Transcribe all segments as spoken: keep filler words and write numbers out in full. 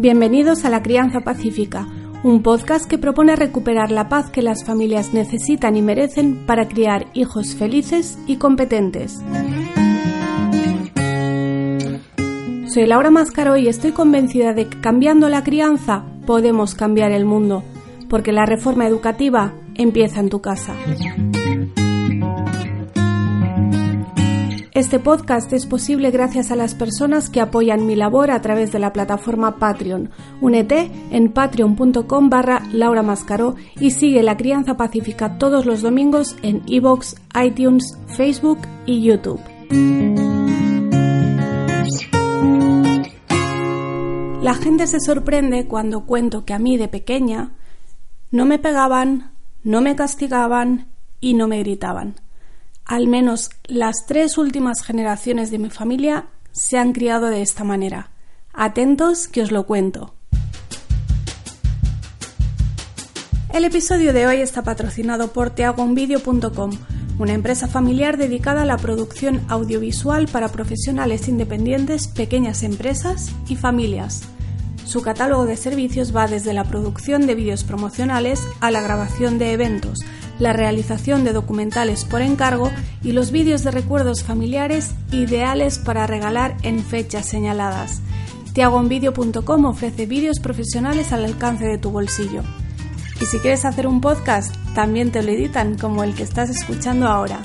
Bienvenidos a La Crianza Pacífica, un podcast que propone recuperar la paz que las familias necesitan y merecen para criar hijos felices y competentes. Soy Laura Mascaró y estoy convencida de que cambiando la crianza podemos cambiar el mundo, porque la reforma educativa empieza en tu casa. Este podcast es posible gracias a las personas que apoyan mi labor a través de la plataforma Patreon. Únete en patreon.com barra Laura Mascaró y sigue La Crianza Pacífica todos los domingos en iVoox, iTunes, Facebook y YouTube. La gente se sorprende cuando cuento que a mí de pequeña no me pegaban, no me castigaban y no me gritaban. Al menos las tres últimas generaciones de mi familia se han criado de esta manera. Atentos que os lo cuento. El episodio de hoy está patrocinado por te hago un vídeo punto com, una empresa familiar dedicada a la producción audiovisual para profesionales independientes, pequeñas empresas y familias. Su catálogo de servicios va desde la producción de vídeos promocionales a la grabación de eventos, la realización de documentales por encargo y los vídeos de recuerdos familiares ideales para regalar en fechas señaladas. te hago un vídeo punto com ofrece vídeos profesionales al alcance de tu bolsillo. Y si quieres hacer un podcast, también te lo editan como el que estás escuchando ahora.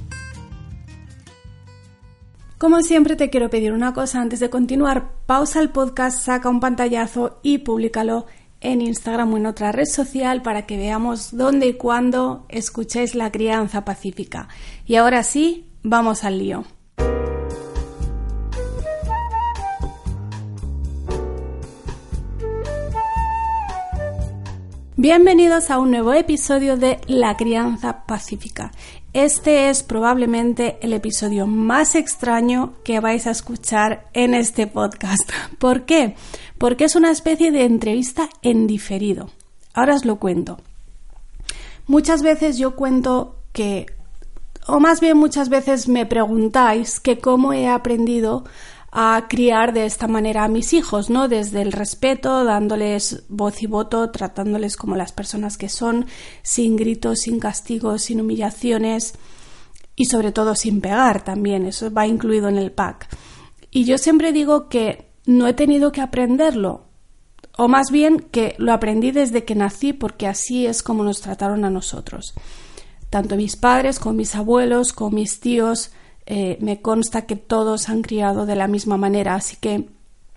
Como siempre te quiero pedir una cosa antes de continuar: pausa el podcast, saca un pantallazo y públicalo en Instagram o en otra red social para que veamos dónde y cuándo escuchéis La Crianza Pacífica. Y ahora sí, vamos al lío. Bienvenidos a un nuevo episodio de La Crianza Pacífica. Este es probablemente el episodio más extraño que vais a escuchar en este podcast. ¿Por qué? Porque es una especie de entrevista en diferido. Ahora os lo cuento. Muchas veces yo cuento que, o más bien muchas veces me preguntáis que cómo he aprendido a criar de esta manera a mis hijos, ¿no? Desde el respeto, dándoles voz y voto, tratándoles como las personas que son, sin gritos, sin castigos, sin humillaciones y sobre todo sin pegar también, eso va incluido en el pack. Y yo siempre digo que no he tenido que aprenderlo, o más bien que lo aprendí desde que nací, porque así es como nos trataron a nosotros. Tanto mis padres como mis abuelos, como mis tíos, Eh, me consta que todos han criado de la misma manera, así que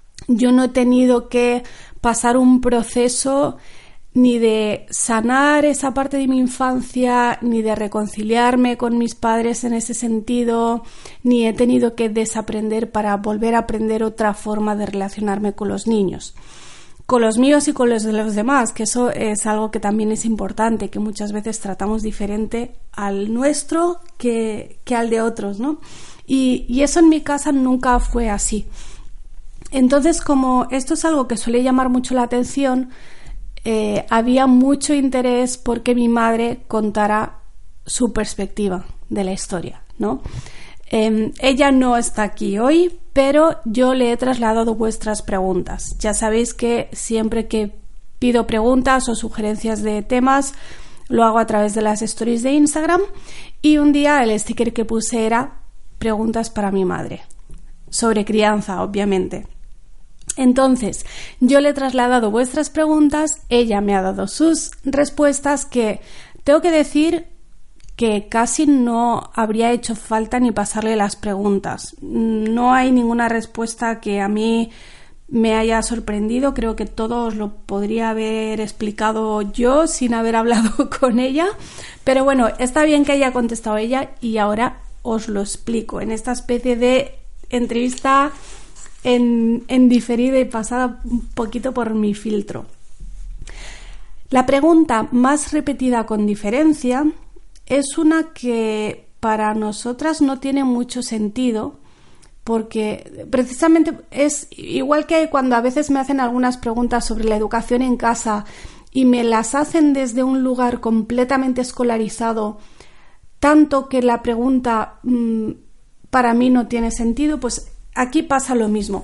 yo no he tenido que pasar un proceso ni de sanar esa parte de mi infancia, ni de reconciliarme con mis padres en ese sentido, ni he tenido que desaprender para volver a aprender otra forma de relacionarme con los niños. Con los míos y con los de los demás, que eso es algo que también es importante, que muchas veces tratamos diferente al nuestro que, que al de otros, ¿no? Y, y eso en mi casa nunca fue así. Entonces, como esto es algo que suele llamar mucho la atención, eh, había mucho interés porque mi madre contara su perspectiva de la historia, ¿no? Eh, ella no está aquí hoy, pero yo le he trasladado vuestras preguntas. Ya sabéis que siempre que pido preguntas o sugerencias de temas, lo hago a través de las stories de Instagram, y un día el sticker que puse era preguntas para mi madre, sobre crianza, obviamente. Entonces, yo le he trasladado vuestras preguntas, ella me ha dado sus respuestas, que tengo que decir que casi no habría hecho falta ni pasarle las preguntas. No hay ninguna respuesta que a mí me haya sorprendido. Creo que todo os lo podría haber explicado yo sin haber hablado con ella. Pero bueno, está bien que haya contestado ella y ahora os lo explico en esta especie de entrevista en, en diferido y pasada un poquito por mi filtro. La pregunta más repetida con diferencia es una que para nosotras no tiene mucho sentido, porque precisamente es igual que cuando a veces me hacen algunas preguntas sobre la educación en casa y me las hacen desde un lugar completamente escolarizado, tanto que la pregunta mmm, para mí no tiene sentido, pues aquí pasa lo mismo.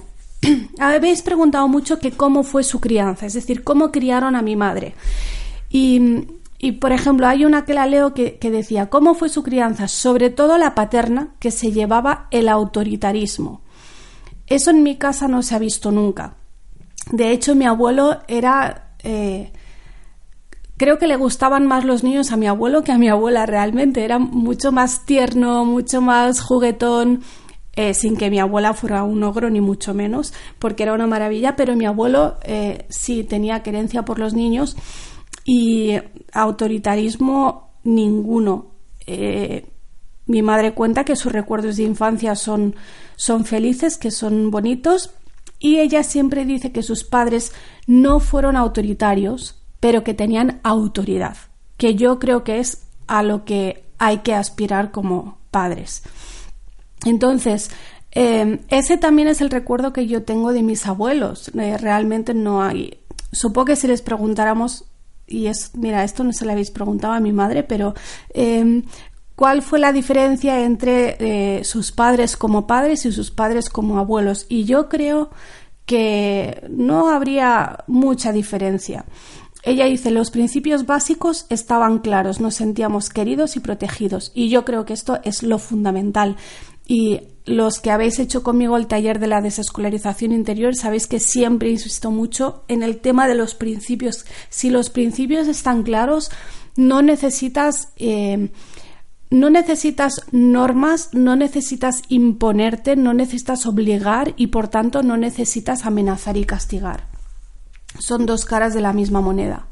habéis preguntado mucho que cómo fue su crianza, es decir, cómo criaron a mi madre. Y, y por ejemplo, hay una que la leo que, que decía, ¿cómo fue su crianza? Sobre todo la paterna, que se llevaba el autoritarismo. Eso en mi casa no se ha visto nunca. De hecho, mi abuelo era... Eh, creo que le gustaban más los niños a mi abuelo que a mi abuela realmente. Era mucho más tierno, mucho más juguetón, eh, sin que mi abuela fuera un ogro ni mucho menos, porque era una maravilla, pero mi abuelo eh, sí tenía querencia por los niños y autoritarismo ninguno. Eh, mi madre cuenta que sus recuerdos de infancia son, son felices, que son bonitos, y ella siempre dice que sus padres no fueron autoritarios, pero que tenían autoridad, que yo creo que es a lo que hay que aspirar como padres. Entonces, eh, ese también es el recuerdo que yo tengo de mis abuelos. Eh, realmente no hay... Supongo que si les preguntáramos, y es, mira, esto no se lo habéis preguntado a mi madre, pero eh, ¿cuál fue la diferencia entre eh, sus padres como padres y sus padres como abuelos? Y yo creo que no habría mucha diferencia. Ella dice, los principios básicos estaban claros, nos sentíamos queridos y protegidos, y yo creo que esto es lo fundamental. Y los que habéis hecho conmigo el taller de la desescolarización interior sabéis que siempre insisto mucho en el tema de los principios. Si los principios están claros, no necesitas, eh, no necesitas normas, no necesitas imponerte, no necesitas obligar y por tanto no necesitas amenazar y castigar. Son dos caras de la misma moneda.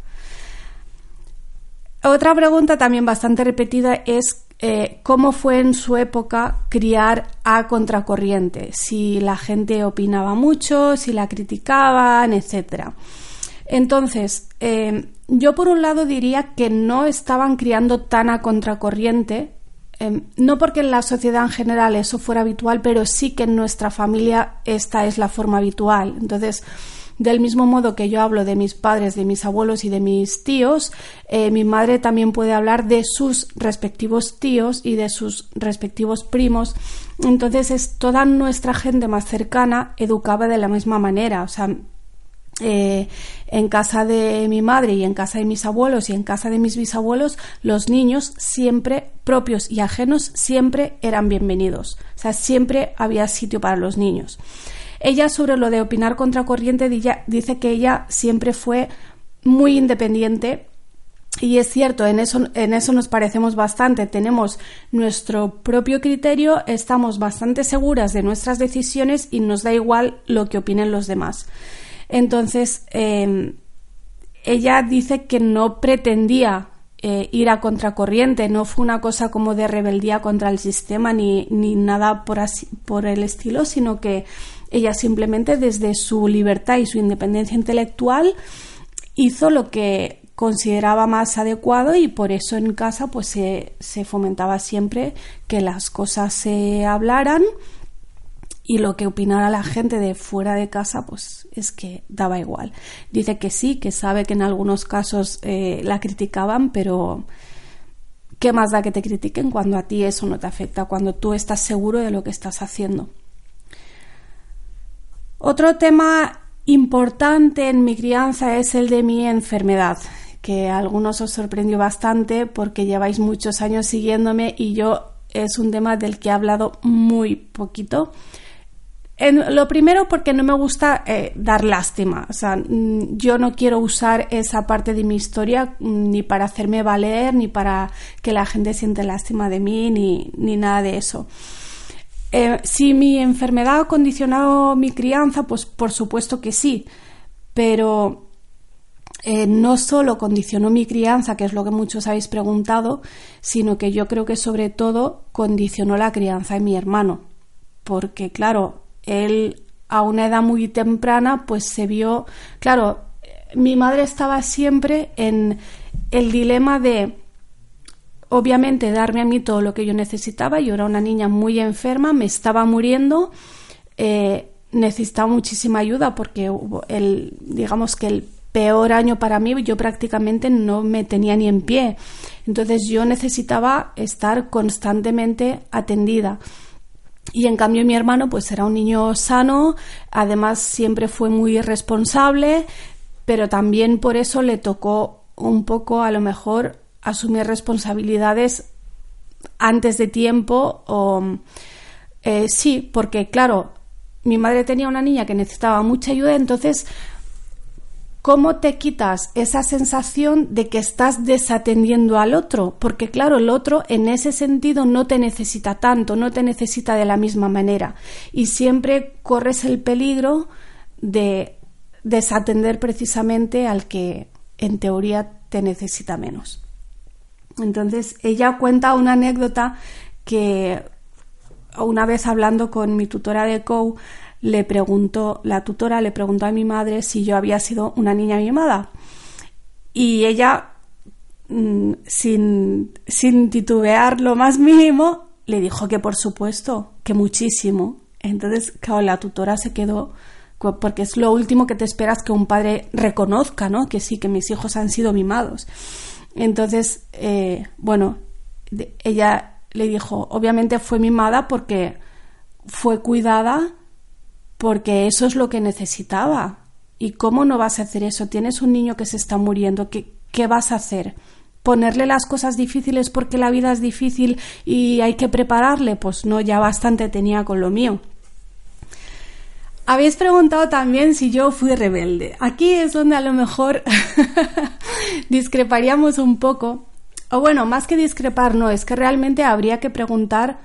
Otra pregunta también bastante repetida es eh, cómo fue en su época criar a contracorriente, si la gente opinaba mucho, si la criticaban, etcétera. Entonces, eh, yo por un lado diría que no estaban criando tan a contracorriente, eh, no porque en la sociedad en general eso fuera habitual, pero sí que en nuestra familia esta es la forma habitual. Entonces, del mismo modo que yo hablo de mis padres, de mis abuelos y de mis tíos, eh, mi madre también puede hablar de sus respectivos tíos y de sus respectivos primos. Entonces es toda nuestra gente más cercana educaba de la misma manera. O sea, eh, en casa de mi madre y en casa de mis abuelos y en casa de mis bisabuelos, los niños siempre, propios y ajenos, siempre eran bienvenidos. O sea, siempre había sitio para los niños. Ella, sobre lo de opinar contracorriente, dice que ella siempre fue muy independiente y es cierto, en eso, en eso nos parecemos bastante. Tenemos nuestro propio criterio, estamos bastante seguras de nuestras decisiones y nos da igual lo que opinen los demás. Entonces, eh, ella dice que no pretendía eh, ir a contracorriente, no fue una cosa como de rebeldía contra el sistema ni, ni nada por, así, por el estilo, sino que ella simplemente desde su libertad y su independencia intelectual hizo lo que consideraba más adecuado y por eso en casa pues se, se fomentaba siempre que las cosas se hablaran y lo que opinara la gente de fuera de casa pues es que daba igual. Dice que sí, que sabe que en algunos casos eh, la criticaban, pero ¿qué más da que te critiquen cuando a ti eso no te afecta, cuando tú estás seguro de lo que estás haciendo? Otro tema importante en mi crianza es el de mi enfermedad, que a algunos os sorprendió bastante porque lleváis muchos años siguiéndome y yo es un tema del que he hablado muy poquito. En, lo primero porque no me gusta eh, dar lástima, o sea, yo no quiero usar esa parte de mi historia ni para hacerme valer, ni para que la gente siente lástima de mí, ni, ni nada de eso. Eh, si mi enfermedad ha condicionado mi crianza, pues por supuesto que sí, pero eh, no solo condicionó mi crianza, que es lo que muchos habéis preguntado, sino que yo creo que sobre todo condicionó la crianza de mi hermano, porque claro, él a una edad muy temprana pues se vio, claro, mi madre estaba siempre en el dilema de obviamente darme a mí todo lo que yo necesitaba. Yo era una niña muy enferma, me estaba muriendo, eh, necesitaba muchísima ayuda porque el, digamos que el peor año para mí yo prácticamente no me tenía ni en pie, entonces yo necesitaba estar constantemente atendida. Y en cambio mi hermano pues era un niño sano, además siempre fue muy responsable, pero también por eso le tocó un poco a lo mejor asumir responsabilidades antes de tiempo. O eh, sí, porque claro, mi madre tenía una niña que necesitaba mucha ayuda, entonces ¿cómo te quitas esa sensación de que estás desatendiendo al otro? Porque claro, el otro en ese sentido no te necesita tanto, no te necesita de la misma manera, y siempre corres el peligro de desatender precisamente al que en teoría te necesita menos. Entonces ella cuenta una anécdota que una vez hablando con mi tutora de C O U, le preguntó, la tutora le preguntó a mi madre si yo había sido una niña mimada, y ella mmm, sin, sin titubear lo más mínimo le dijo que por supuesto, que muchísimo. Entonces claro, la tutora se quedó, porque es lo último que te esperas que un padre reconozca, ¿no? Que sí, que mis hijos han sido mimados. Entonces eh, bueno, ella le dijo, obviamente fue mimada porque fue cuidada, porque eso es lo que necesitaba. ¿Y cómo no vas a hacer eso? Tienes un niño que se está muriendo, ¿qué, qué vas a hacer? ¿Ponerle las cosas difíciles porque la vida es difícil y hay que prepararle? Pues no, ya bastante tenía con lo mío. Habéis preguntado también si yo fui rebelde. Aquí es donde a lo mejor discreparíamos un poco. O bueno, más que discrepar, no, es que realmente habría que preguntar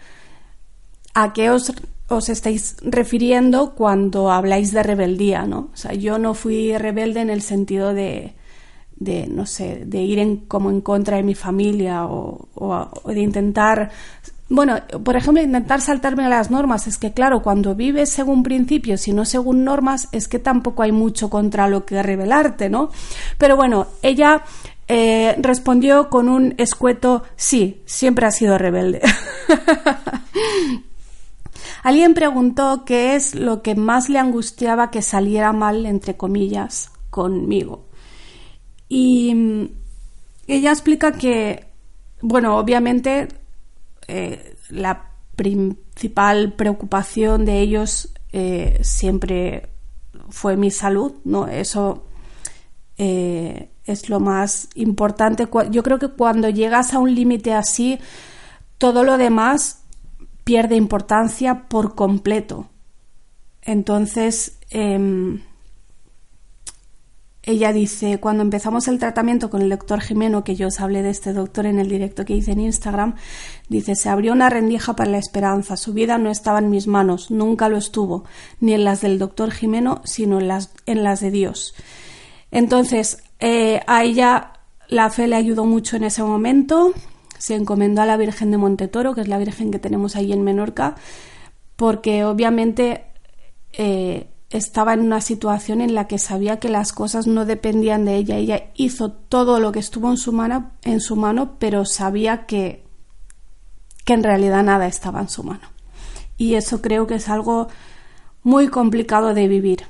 a qué os, os estáis refiriendo cuando habláis de rebeldía, ¿no? O sea, yo no fui rebelde en el sentido de, de no sé, de ir en, como en contra de mi familia o, o, o de intentar... Bueno, por ejemplo, intentar saltarme las normas. Es que claro, cuando vives según principios y no según normas, es que tampoco hay mucho contra lo que rebelarte, ¿no? Pero bueno, ella eh, respondió con un escueto sí, siempre ha sido rebelde. Alguien preguntó qué es lo que más le angustiaba que saliera mal, entre comillas, conmigo. Y ella explica que, bueno, obviamente... Eh, la principal preocupación de ellos eh, siempre fue mi salud, ¿no? Eso eh, es lo más importante. Yo creo que cuando llegas a un límite así, todo lo demás pierde importancia por completo. Entonces, eh, ella dice, cuando empezamos el tratamiento con el doctor Jimeno, que yo os hablé de este doctor en el directo que hice en Instagram, dice, se abrió una rendija para la esperanza, su vida no estaba en mis manos, nunca lo estuvo, ni en las del doctor Jimeno, sino en las, en las de Dios. Entonces, eh, a ella la fe le ayudó mucho en ese momento, se encomendó a la Virgen de Montetoro, que es la Virgen que tenemos ahí en Menorca, porque obviamente... Eh, estaba en una situación en la que sabía que las cosas no dependían de ella. Ella hizo todo lo que estuvo en su mano, en su mano, pero sabía que, que en realidad nada estaba en su mano. Y eso creo que es algo muy complicado de vivir.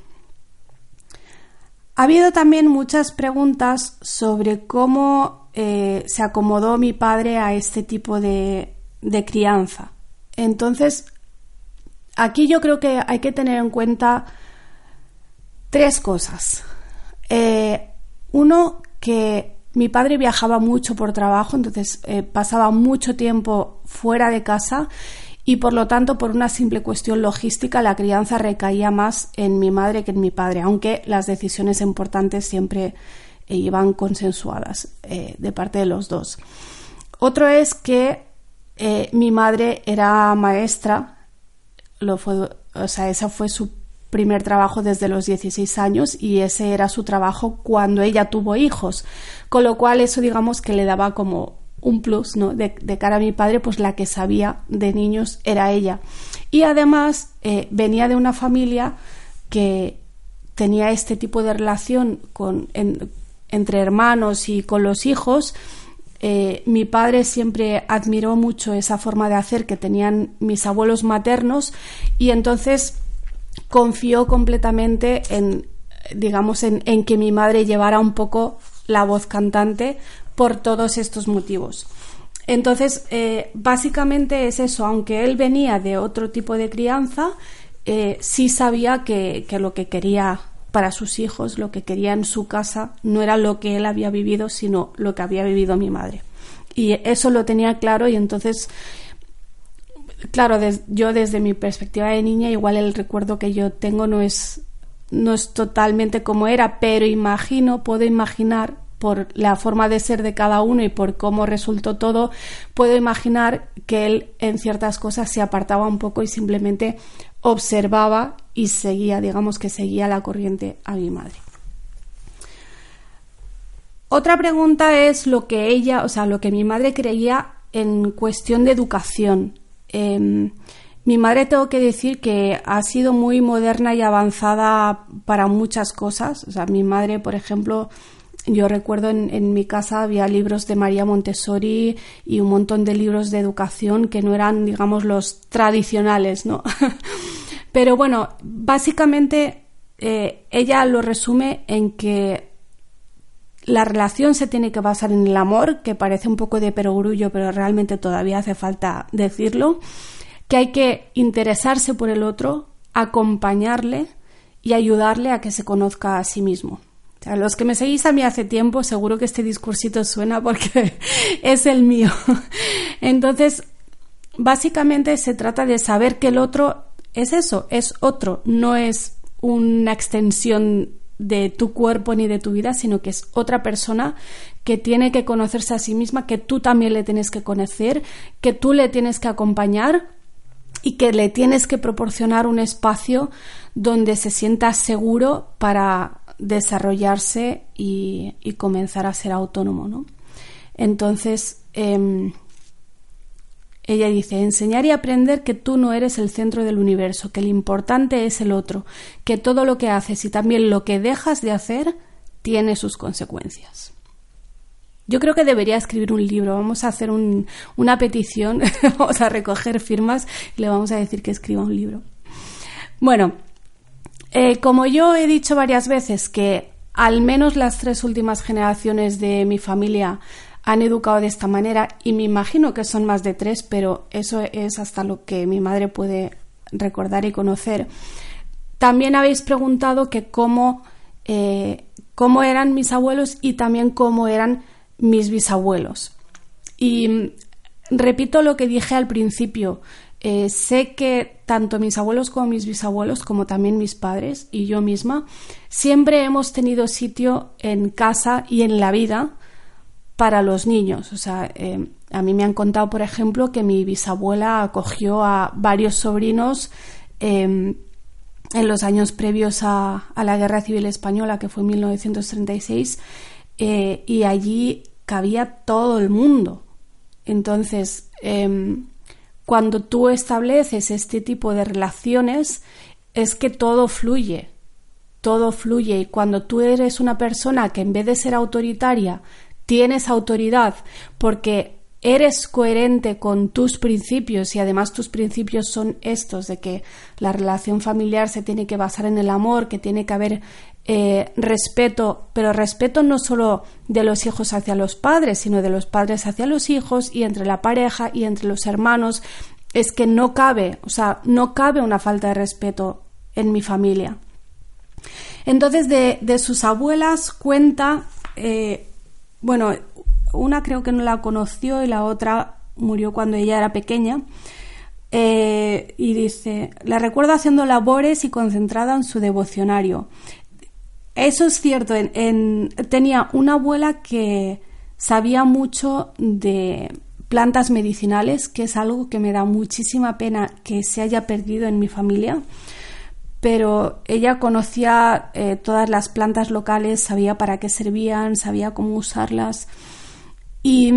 Ha habido también muchas preguntas sobre cómo eh, se acomodó mi padre a este tipo de, de crianza. Entonces, aquí yo creo que hay que tener en cuenta tres cosas. Eh, uno, que mi padre viajaba mucho por trabajo, entonces eh, pasaba mucho tiempo fuera de casa y por lo tanto, por una simple cuestión logística, la crianza recaía más en mi madre que en mi padre, aunque las decisiones importantes siempre eh, iban consensuadas eh, de parte de los dos. Otro es que eh, mi madre era maestra, lo fue, o sea, esa fue su primer trabajo desde los dieciséis años y ese era su trabajo cuando ella tuvo hijos, con lo cual eso digamos que le daba como un plus, ¿no? De, de cara a mi padre, pues la que sabía de niños era ella. Y además eh, venía de una familia que tenía este tipo de relación con, en, entre hermanos y con los hijos. Eh, mi padre siempre admiró mucho esa forma de hacer que tenían mis abuelos maternos y entonces confió completamente en, digamos, en, en que mi madre llevara un poco la voz cantante por todos estos motivos. Entonces, eh, básicamente es eso, aunque él venía de otro tipo de crianza, eh, sí sabía que, que lo que quería para sus hijos, lo que quería en su casa, no era lo que él había vivido, sino lo que había vivido mi madre. Y eso lo tenía claro, y entonces, claro, des, yo desde mi perspectiva de niña, igual el recuerdo que yo tengo no es, no es totalmente como era, pero imagino, puedo imaginar, por la forma de ser de cada uno y por cómo resultó todo, puedo imaginar que él en ciertas cosas se apartaba un poco y simplemente observaba y seguía, digamos que seguía la corriente a mi madre. Otra pregunta es lo que ella, o sea, lo que mi madre creía en cuestión de educación. Eh, mi madre, tengo que decir que ha sido muy moderna y avanzada para muchas cosas. O sea, mi madre, por ejemplo, yo recuerdo en, en mi casa había libros de María Montessori y un montón de libros de educación que no eran, digamos, los tradicionales, ¿no? Pero bueno, básicamente eh, ella lo resume en que la relación se tiene que basar en el amor, que parece un poco de perogrullo, pero realmente todavía hace falta decirlo, que hay que interesarse por el otro, acompañarle y ayudarle a que se conozca a sí mismo. O sea, los que me seguís a mí hace tiempo, seguro que este discursito suena porque es el mío. Entonces, básicamente se trata de saber que el otro es eso, es otro, no es una extensión de tu cuerpo ni de tu vida, sino que es otra persona que tiene que conocerse a sí misma, que tú también le tienes que conocer, que tú le tienes que acompañar y que le tienes que proporcionar un espacio donde se sienta seguro para desarrollarse y, y comenzar a ser autónomo, ¿no? Entonces, eh, ella dice, enseñar y aprender que tú no eres el centro del universo, que lo importante es el otro, que todo lo que haces y también lo que dejas de hacer tiene sus consecuencias. Yo creo que debería escribir un libro, vamos a hacer un, una petición, vamos a recoger firmas y le vamos a decir que escriba un libro. Bueno, Eh, como yo he dicho varias veces que al menos las tres últimas generaciones de mi familia han educado de esta manera, y me imagino que son más de tres, pero eso es hasta lo que mi madre puede recordar y conocer. También habéis preguntado que cómo, eh, cómo eran mis abuelos y también cómo eran mis bisabuelos. Y repito lo que dije al principio. Eh, sé que tanto mis abuelos como mis bisabuelos, como también mis padres y yo misma, siempre hemos tenido sitio en casa y en la vida para los niños. O sea, eh, a mí me han contado, por ejemplo, que mi bisabuela acogió a varios sobrinos eh, en los años previos a, a la Guerra Civil Española, que fue en mil novecientos treinta y seis, eh, y allí cabía todo el mundo. Entonces, eh, cuando tú estableces este tipo de relaciones, es que todo fluye, todo fluye. Y cuando tú eres una persona que en vez de ser autoritaria, tienes autoridad porque eres coherente con tus principios, y además tus principios son estos, de que la relación familiar se tiene que basar en el amor, que tiene que haber eh, respeto, pero respeto no solo de los hijos hacia los padres, sino de los padres hacia los hijos, y entre la pareja y entre los hermanos. Es que no cabe, o sea, no cabe una falta de respeto en mi familia. Entonces, de, de sus abuelas cuenta, eh, bueno, una creo que no la conoció y la otra murió cuando ella era pequeña, eh, y dice, la recuerdo haciendo labores y concentrada en su devocionario. Eso es cierto, en, en, tenía una abuela que sabía mucho de plantas medicinales, que es algo que me da muchísima pena que se haya perdido en mi familia, pero ella conocía eh, todas las plantas locales, sabía para qué servían, sabía cómo usarlas, y,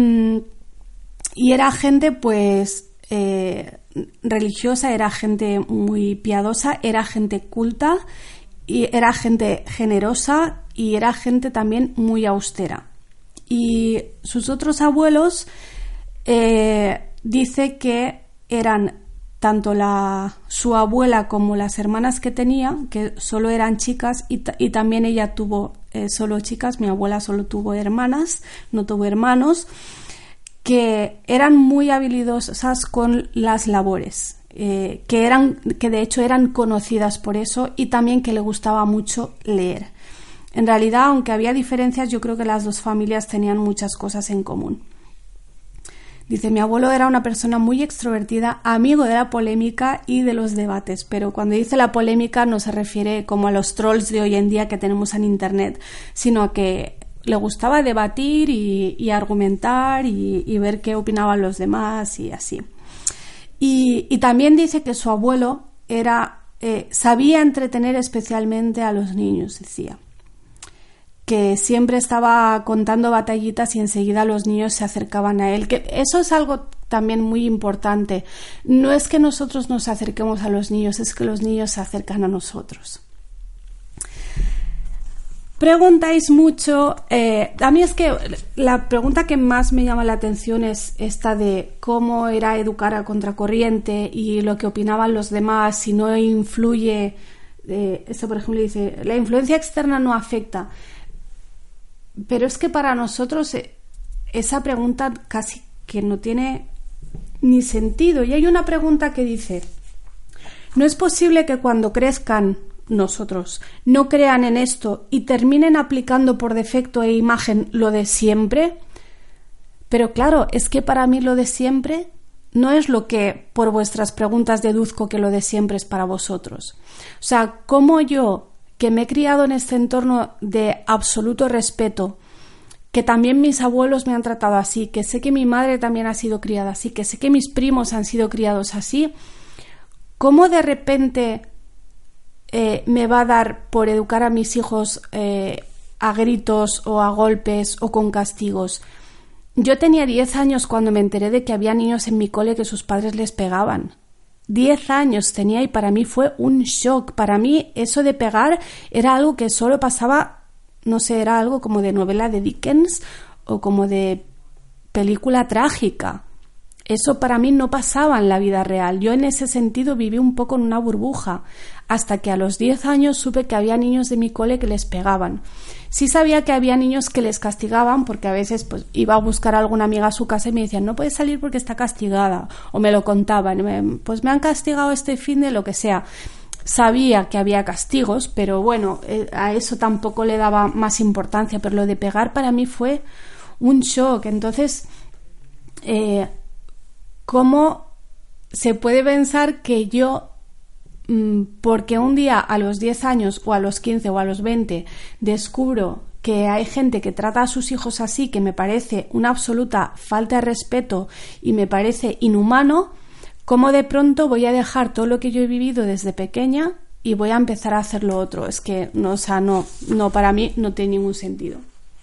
y era gente pues eh, religiosa, era gente muy piadosa, era gente culta, y era gente generosa, y era gente también muy austera. Y sus otros abuelos eh, dice que eran tanto la, su abuela como las hermanas que tenía, que solo eran chicas, y, y también ella tuvo eh, solo chicas. Mi abuela solo tuvo hermanas, no tuvo hermanos, que eran muy habilidosas con las labores, eh, que, eran, que de hecho eran conocidas por eso, y también que le gustaba mucho leer. En realidad, aunque había diferencias, yo creo que las dos familias tenían muchas cosas en común. Dice, mi abuelo era una persona muy extrovertida, amigo de la polémica y de los debates, pero cuando dice la polémica no se refiere como a los trolls de hoy en día que tenemos en internet, sino a que le gustaba debatir y, y argumentar y, y ver qué opinaban los demás y así. Y, y también dice que su abuelo era, eh, sabía entretener especialmente a los niños, decía. Que siempre estaba contando batallitas y enseguida los niños se acercaban a él, que eso es algo también muy importante. No es que nosotros nos acerquemos a los niños, es que los niños se acercan a nosotros. Preguntáis mucho, eh, a mí es que la pregunta que más me llama la atención es esta de cómo era educar a contracorriente y lo que opinaban los demás, si no influye, eh, eso por ejemplo dice, la influencia externa no afecta. Pero es que para nosotros esa pregunta casi que no tiene ni sentido. Y hay una pregunta que dice, ¿no es posible que cuando crezcan nosotros no crean en esto y terminen aplicando por defecto e imagen lo de siempre? Pero claro, es que para mí lo de siempre no es lo que por vuestras preguntas deduzco que lo de siempre es para vosotros. O sea, ¿cómo yo, que me he criado en este entorno de absoluto respeto, que también mis abuelos me han tratado así, que sé que mi madre también ha sido criada así, que sé que mis primos han sido criados así, cómo de repente eh, me va a dar por educar a mis hijos eh, a gritos o a golpes o con castigos? Yo tenía diez años cuando me enteré de que había niños en mi cole que sus padres les pegaban. Diez años tenía y para mí fue un shock. Para mí eso de pegar era algo que solo pasaba, no sé, era algo como de novela de Dickens o como de película trágica. Eso para mí no pasaba en la vida real. Yo en ese sentido viví un poco en una burbuja, hasta que a los diez años supe que había niños de mi cole que les pegaban. Sí sabía que había niños que les castigaban, porque a veces pues iba a buscar a alguna amiga a su casa y me decían, no puedes salir porque está castigada, o me lo contaban, pues me han castigado este fin de lo que sea. Sabía que había castigos, pero bueno, eh, a eso tampoco le daba más importancia, pero lo de pegar para mí fue un shock. Entonces, eh, ¿cómo se puede pensar que yo, porque un día a los diez años o a los quince o a los veinte descubro que hay gente que trata a sus hijos así, que me parece una absoluta falta de respeto y me parece inhumano, cómo de pronto voy a dejar todo lo que yo he vivido desde pequeña y voy a empezar a hacer lo otro? Es que no, o sea, no, no, para mí no tiene ningún sentido.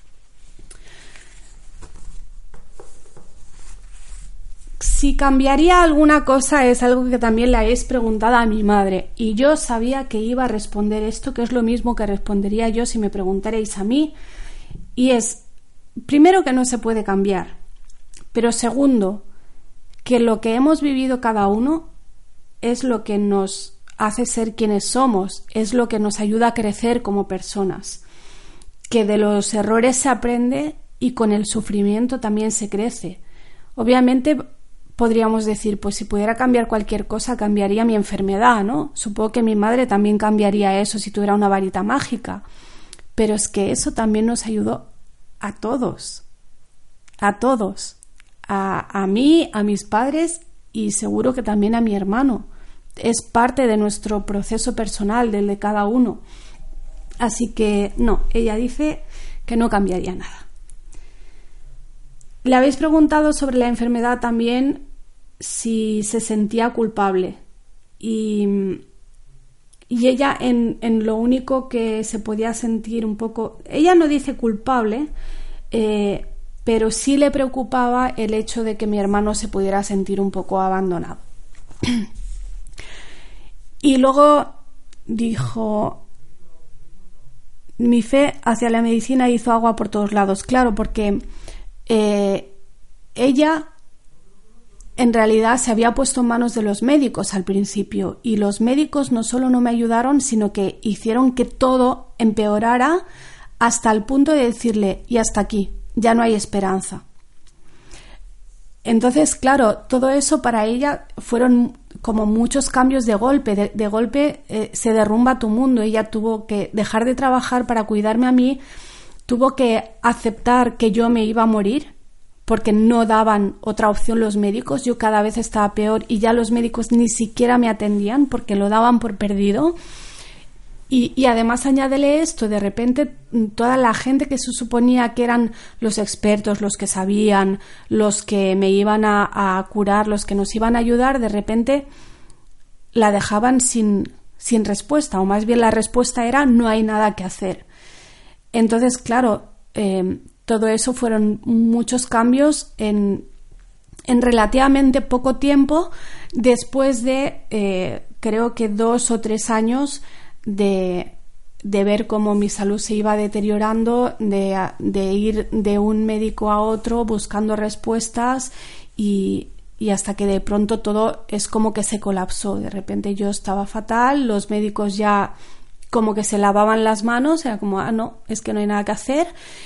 Si cambiaría alguna cosa es algo que también le habéis preguntado a mi madre, y yo sabía que iba a responder esto, que es lo mismo que respondería yo si me preguntarais a mí, y es, primero, que no se puede cambiar, pero segundo, que lo que hemos vivido cada uno es lo que nos hace ser quienes somos, es lo que nos ayuda a crecer como personas, que de los errores se aprende y con el sufrimiento también se crece. Obviamente podríamos decir, pues si pudiera cambiar cualquier cosa, cambiaría mi enfermedad, ¿no? Supongo que mi madre también cambiaría eso si tuviera una varita mágica. Pero es que eso también nos ayudó a todos, a todos, a, a mí, a mis padres y seguro que también a mi hermano. Es parte de nuestro proceso personal, del de cada uno. Así que no, ella dice que no cambiaría nada. Le habéis preguntado sobre la enfermedad también, si se sentía culpable, y, y ella en, en lo único que se podía sentir un poco, ella no dice culpable, eh, pero sí le preocupaba el hecho de que mi hermano se pudiera sentir un poco abandonado. Y luego dijo, mi fe hacia la medicina hizo agua por todos lados. Claro, porque eh, ella en realidad se había puesto en manos de los médicos al principio, y los médicos no solo no me ayudaron, sino que hicieron que todo empeorara hasta el punto de decirle, y hasta aquí, ya no hay esperanza. Entonces, claro, todo eso para ella fueron como muchos cambios de golpe. De, de golpe eh, se derrumba tu mundo. Ella tuvo que dejar de trabajar para cuidarme a mí, tuvo que aceptar que yo me iba a morir porque no daban otra opción los médicos. Yo cada vez estaba peor y ya los médicos ni siquiera me atendían porque lo daban por perdido. Y, y además añádele esto, de repente toda la gente que se suponía que eran los expertos, los que sabían, los que me iban a, a curar, los que nos iban a ayudar, de repente la dejaban sin, sin respuesta, o más bien la respuesta era no hay nada que hacer. Entonces, claro, eh, todo eso fueron muchos cambios en, en relativamente poco tiempo, después de eh, creo que dos o tres años De, de ver cómo mi salud se iba deteriorando, de, de ir de un médico a otro buscando respuestas y, y hasta que de pronto todo es como que se colapsó. De repente yo estaba fatal, los médicos ya como que se lavaban las manos, era como, ah, no, es que no hay nada que hacer.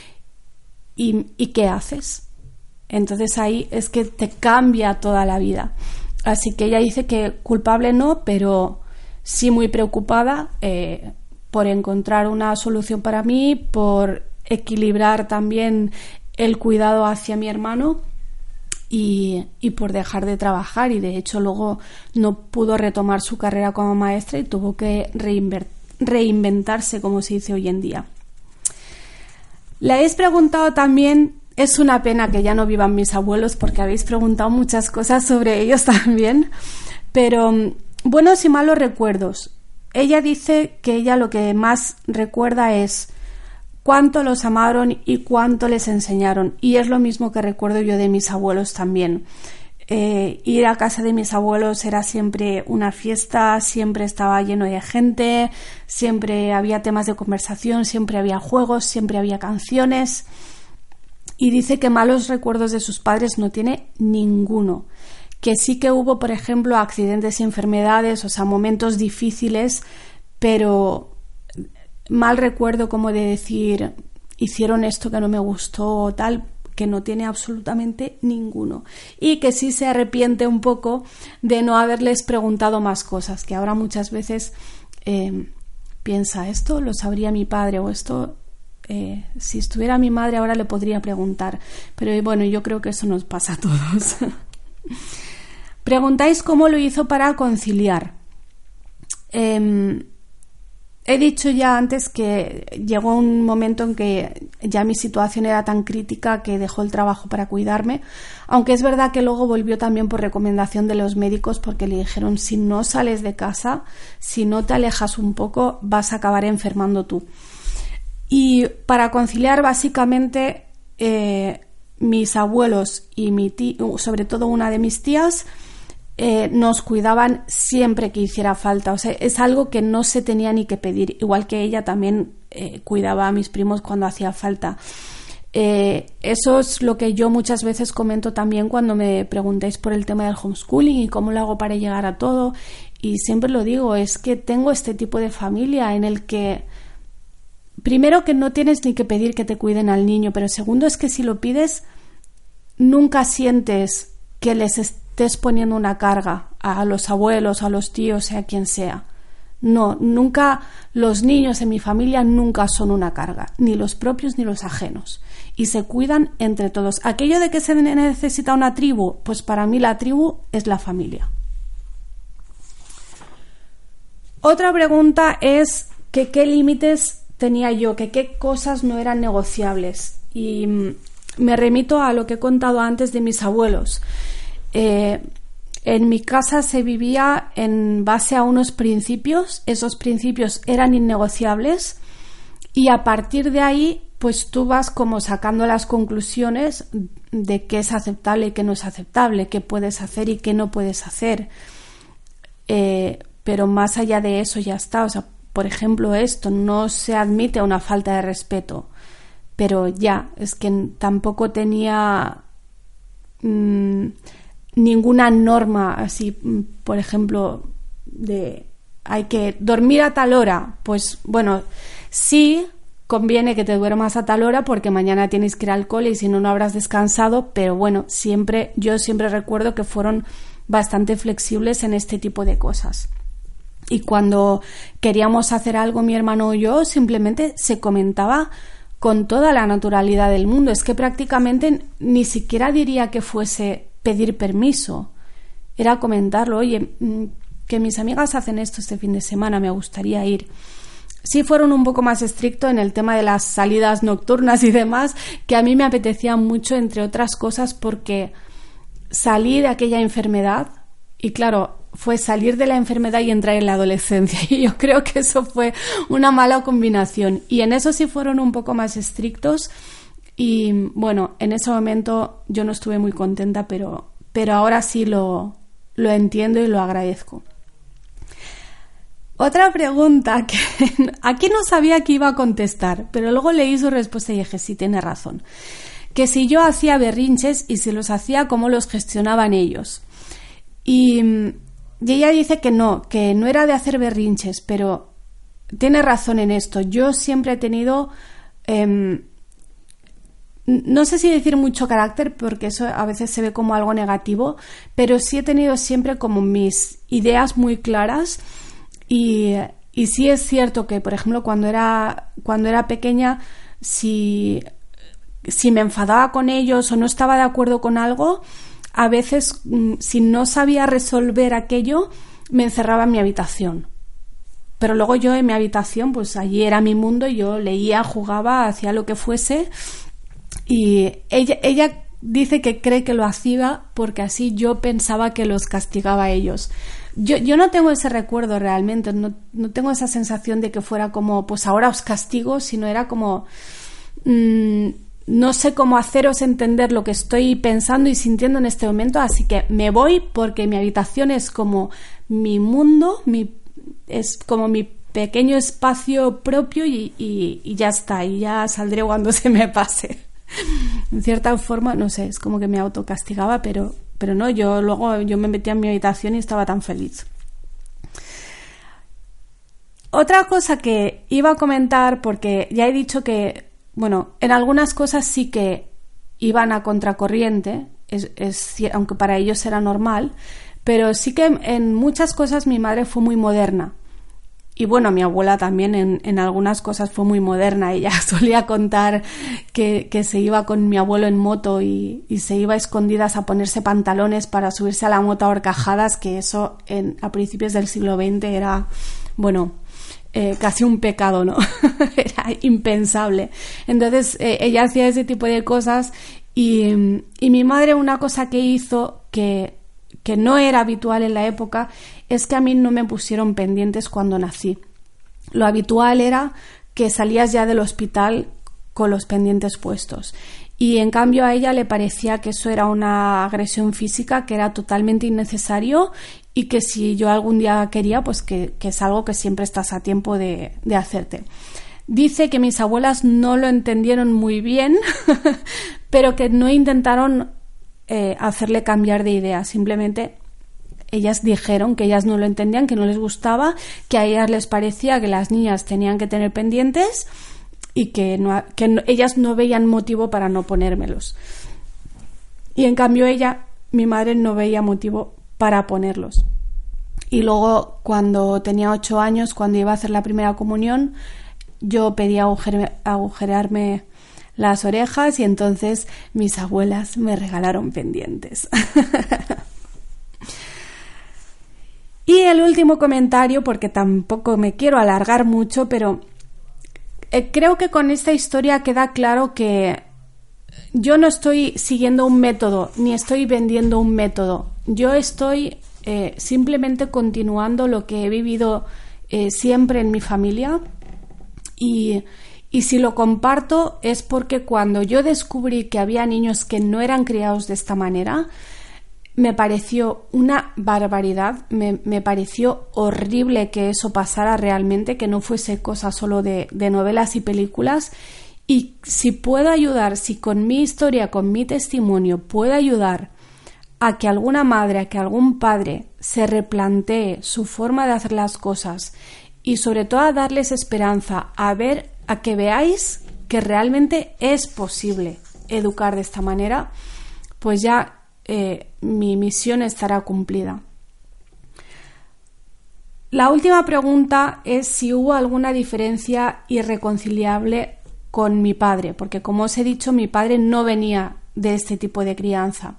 ¿Y, y qué haces? Entonces ahí es que te cambia toda la vida. Así que ella dice que culpable no, pero sí muy preocupada eh, por encontrar una solución para mí, por equilibrar también el cuidado hacia mi hermano y, y por dejar de trabajar. Y de hecho luego no pudo retomar su carrera como maestra y tuvo que reinver- reinventarse, como se dice hoy en día. Le habéis preguntado también, es una pena que ya no vivan mis abuelos porque habéis preguntado muchas cosas sobre ellos también, pero buenos y malos recuerdos. Ella dice que ella lo que más recuerda es cuánto los amaron y cuánto les enseñaron. Y es lo mismo que recuerdo yo de mis abuelos también. Eh, ir a casa de mis abuelos era siempre una fiesta, siempre estaba lleno de gente, siempre había temas de conversación, siempre había juegos, siempre había canciones. Y dice que malos recuerdos de sus padres no tiene ninguno. Que sí que hubo, por ejemplo, accidentes y enfermedades, o sea, momentos difíciles, pero mal recuerdo como de decir, hicieron esto que no me gustó o tal, que no tiene absolutamente ninguno. Y que sí se arrepiente un poco de no haberles preguntado más cosas, que ahora muchas veces eh, piensa, esto lo sabría mi padre, o esto, eh, si estuviera mi madre ahora le podría preguntar. Pero bueno, yo creo que eso nos pasa a todos. Preguntáis cómo lo hizo para conciliar. Eh, he dicho ya antes que llegó un momento en que ya mi situación era tan crítica que dejó el trabajo para cuidarme, aunque es verdad que luego volvió también por recomendación de los médicos porque le dijeron, si no sales de casa, si no te alejas un poco, vas a acabar enfermando tú. Y para conciliar, básicamente, eh, mis abuelos y mi tío, sobre todo una de mis tías, Eh, nos cuidaban siempre que hiciera falta. O sea, es algo que no se tenía ni que pedir, igual que ella también eh, cuidaba a mis primos cuando hacía falta. Eh, eso es lo que yo muchas veces comento también cuando me preguntáis por el tema del homeschooling y cómo lo hago para llegar a todo, y siempre lo digo, es que tengo este tipo de familia en el que primero que no tienes ni que pedir que te cuiden al niño, pero segundo es que si lo pides nunca sientes que les estés poniendo una carga a los abuelos, a los tíos, sea quien sea. No, nunca, los niños en mi familia nunca son una carga, ni los propios ni los ajenos, y se cuidan entre todos. Aquello de que se necesita una tribu, pues para mí la tribu es la familia. Otra pregunta es que qué límites tenía yo, que qué cosas no eran negociables, y me remito a lo que he contado antes de mis abuelos. Eh, en mi casa se vivía en base a unos principios, esos principios eran innegociables y a partir de ahí pues tú vas como sacando las conclusiones de qué es aceptable y qué no es aceptable, qué puedes hacer y qué no puedes hacer. Eh, pero más allá de eso ya está. O sea, por ejemplo, esto no se admite una falta de respeto, pero ya, es que tampoco tenía mmm, ninguna norma así, por ejemplo, de hay que dormir a tal hora. Pues bueno, sí, conviene que te duermas a tal hora porque mañana tienes que ir al cole y si no, no habrás descansado, pero bueno, siempre, yo siempre recuerdo que fueron bastante flexibles en este tipo de cosas. Y cuando queríamos hacer algo mi hermano o yo, simplemente se comentaba con toda la naturalidad del mundo. Es que prácticamente ni siquiera diría que fuese pedir permiso, era comentarlo, oye, que mis amigas hacen esto este fin de semana, me gustaría ir. Sí fueron un poco más estrictos en el tema de las salidas nocturnas y demás, que a mí me apetecía mucho, entre otras cosas, porque salí de aquella enfermedad y claro, fue salir de la enfermedad y entrar en la adolescencia y yo creo que eso fue una mala combinación y en eso sí fueron un poco más estrictos y bueno, en ese momento yo no estuve muy contenta, pero, pero ahora sí lo, lo entiendo y lo agradezco. Otra pregunta que aquí no sabía que iba a contestar, pero luego leí su respuesta y dije, sí, tiene razón. Que si yo hacía berrinches y si los hacía, ¿cómo los gestionaban ellos? Y, y ella dice que no, que no era de hacer berrinches, pero tiene razón en esto. Yo siempre he tenido, eh, no sé si decir mucho carácter, porque eso a veces se ve como algo negativo, pero sí he tenido siempre como mis ideas muy claras. Y, y sí es cierto que, por ejemplo, cuando era, cuando era pequeña, si, si me enfadaba con ellos o no estaba de acuerdo con algo, a veces, si no sabía resolver aquello, me encerraba en mi habitación. Pero luego yo en mi habitación, pues allí era mi mundo, y yo leía, jugaba, hacía lo que fuese. Y ella, ella dice que cree que lo hacía porque así yo pensaba que los castigaba a ellos. Yo, yo no tengo ese recuerdo realmente, no, no tengo esa sensación de que fuera como, pues ahora os castigo, sino era como, mmm, no sé cómo haceros entender lo que estoy pensando y sintiendo en este momento, así que me voy porque mi habitación es como mi mundo, mi, es como mi pequeño espacio propio y, y, y ya está, y ya saldré cuando se me pase. En cierta forma, no sé, es como que me autocastigaba, pero... Pero no, yo luego yo me metía en mi habitación y estaba tan feliz. Otra cosa que iba a comentar, porque ya he dicho que, bueno, en algunas cosas sí que iban a contracorriente, es, es, aunque para ellos era normal, pero sí que en muchas cosas mi madre fue muy moderna. Y bueno, mi abuela también en, en algunas cosas fue muy moderna. Ella solía contar que, que se iba con mi abuelo en moto y, y se iba a escondidas a ponerse pantalones para subirse a la moto a horcajadas, que eso en, a principios del siglo veinte era, bueno, eh, casi un pecado, ¿no? Era impensable. Entonces eh, ella hacía ese tipo de cosas y, y mi madre, una cosa que hizo que... que no era habitual en la época, es que a mí no me pusieron pendientes cuando nací. Lo habitual era que salías ya del hospital con los pendientes puestos. Y en cambio a ella le parecía que eso era una agresión física, que era totalmente innecesario y que si yo algún día quería, pues que, que es algo que siempre estás a tiempo de, de hacerte. Dice que mis abuelas no lo entendieron muy bien, pero que no intentaron Eh, hacerle cambiar de idea, simplemente ellas dijeron que ellas no lo entendían, que no les gustaba, que a ellas les parecía que las niñas tenían que tener pendientes y que, no, que no, ellas no veían motivo para no ponérmelos. Y en cambio ella, mi madre, no veía motivo para ponerlos. Y luego cuando tenía ocho años, cuando iba a hacer la primera comunión, yo pedí agujer, agujerearme las orejas y entonces mis abuelas me regalaron pendientes. Y el último comentario, porque tampoco me quiero alargar mucho, pero eh, creo que con esta historia queda claro que yo no estoy siguiendo un método ni estoy vendiendo un método. Yo estoy eh, simplemente continuando lo que he vivido eh, siempre en mi familia y Y si lo comparto es porque cuando yo descubrí que había niños que no eran criados de esta manera, me pareció una barbaridad, me, me pareció horrible que eso pasara realmente, que no fuese cosa solo de, de novelas y películas. Y si puedo ayudar, si con mi historia, con mi testimonio puedo ayudar a que alguna madre, a que algún padre se replantee su forma de hacer las cosas y sobre todo a darles esperanza, a ver a que veáis que realmente es posible educar de esta manera, pues ya eh, mi misión estará cumplida. La última pregunta es si hubo alguna diferencia irreconciliable con mi padre, porque como os he dicho, mi padre no venía de este tipo de crianza.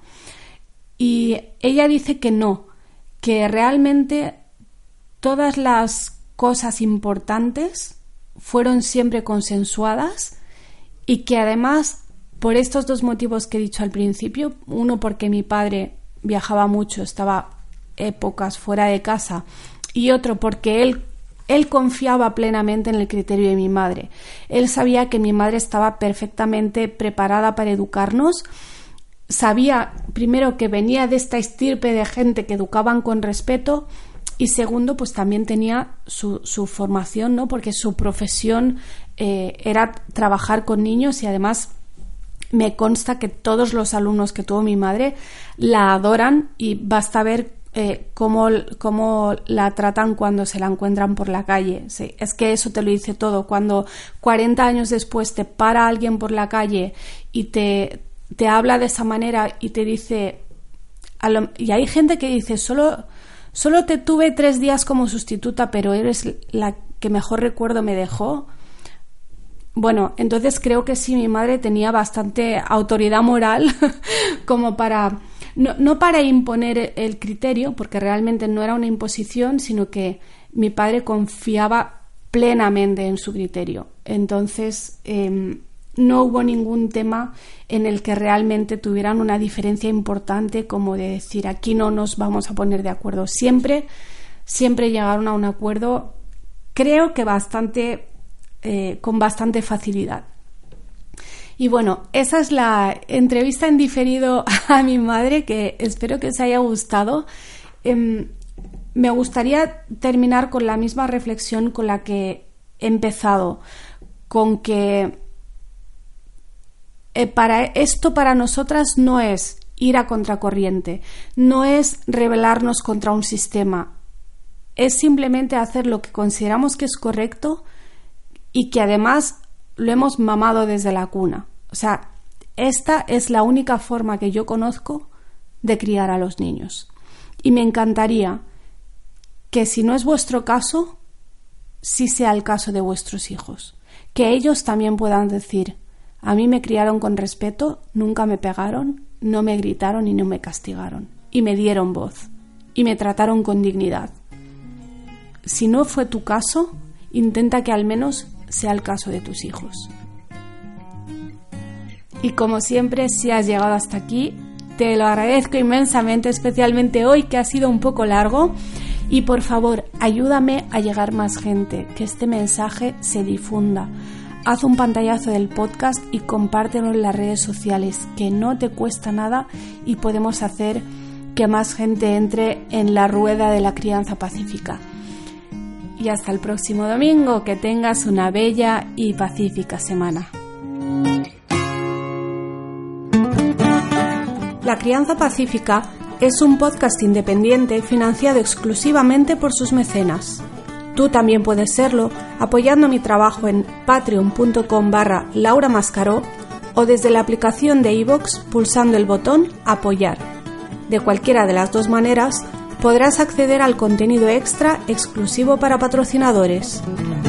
Y ella dice que no, que realmente todas las cosas importantes fueron siempre consensuadas y que además, por estos dos motivos que he dicho al principio, uno porque mi padre viajaba mucho, estaba épocas fuera de casa, y otro porque él, él confiaba plenamente en el criterio de mi madre. Él sabía que mi madre estaba perfectamente preparada para educarnos, sabía primero que venía de esta estirpe de gente que educaban con respeto, y segundo, pues también tenía su, su formación, ¿no? Porque su profesión eh, era trabajar con niños, y además me consta que todos los alumnos que tuvo mi madre la adoran, y basta ver eh, cómo, cómo la tratan cuando se la encuentran por la calle. Sí, es que eso te lo dice todo. Cuando cuarenta años después te para alguien por la calle y te, te habla de esa manera y te dice... A lo, y hay gente que dice, solo... Solo te tuve tres días como sustituta, pero eres la que mejor recuerdo me dejó. Bueno, entonces creo que sí, mi madre tenía bastante autoridad moral como para... No, no para imponer el criterio, porque realmente no era una imposición, sino que mi padre confiaba plenamente en su criterio. Entonces... Eh, no hubo ningún tema en el que realmente tuvieran una diferencia importante, como de decir, aquí no nos vamos a poner de acuerdo. Siempre, siempre llegaron a un acuerdo, creo que bastante, eh, con bastante facilidad. Y bueno, esa es la entrevista en diferido a mi madre, que espero que os haya gustado. Eh, me gustaría terminar con la misma reflexión con la que he empezado, con que Eh, para esto para nosotras no es ir a contracorriente, no es rebelarnos contra un sistema, es simplemente hacer lo que consideramos que es correcto y que además lo hemos mamado desde la cuna. O sea, esta es la única forma que yo conozco de criar a los niños. Y me encantaría que, si no es vuestro caso, sí sea el caso de vuestros hijos, que ellos también puedan decir: a mí me criaron con respeto, nunca me pegaron, no me gritaron y no me castigaron. Y me dieron voz. Y me trataron con dignidad. Si no fue tu caso, intenta que al menos sea el caso de tus hijos. Y como siempre, si has llegado hasta aquí, te lo agradezco inmensamente, especialmente hoy, que ha sido un poco largo. Y por favor, ayúdame a llegar más gente, que este mensaje se difunda. Haz un pantallazo del podcast y compártelo en las redes sociales, que no te cuesta nada y podemos hacer que más gente entre en la rueda de la crianza pacífica. Y hasta el próximo domingo, que tengas una bella y pacífica semana. La Crianza Pacífica es un podcast independiente financiado exclusivamente por sus mecenas. Tú también puedes serlo apoyando mi trabajo en patreon.com barra Laura Mascaró o desde la aplicación de iVoox pulsando el botón Apoyar. De cualquiera de las dos maneras podrás acceder al contenido extra exclusivo para patrocinadores.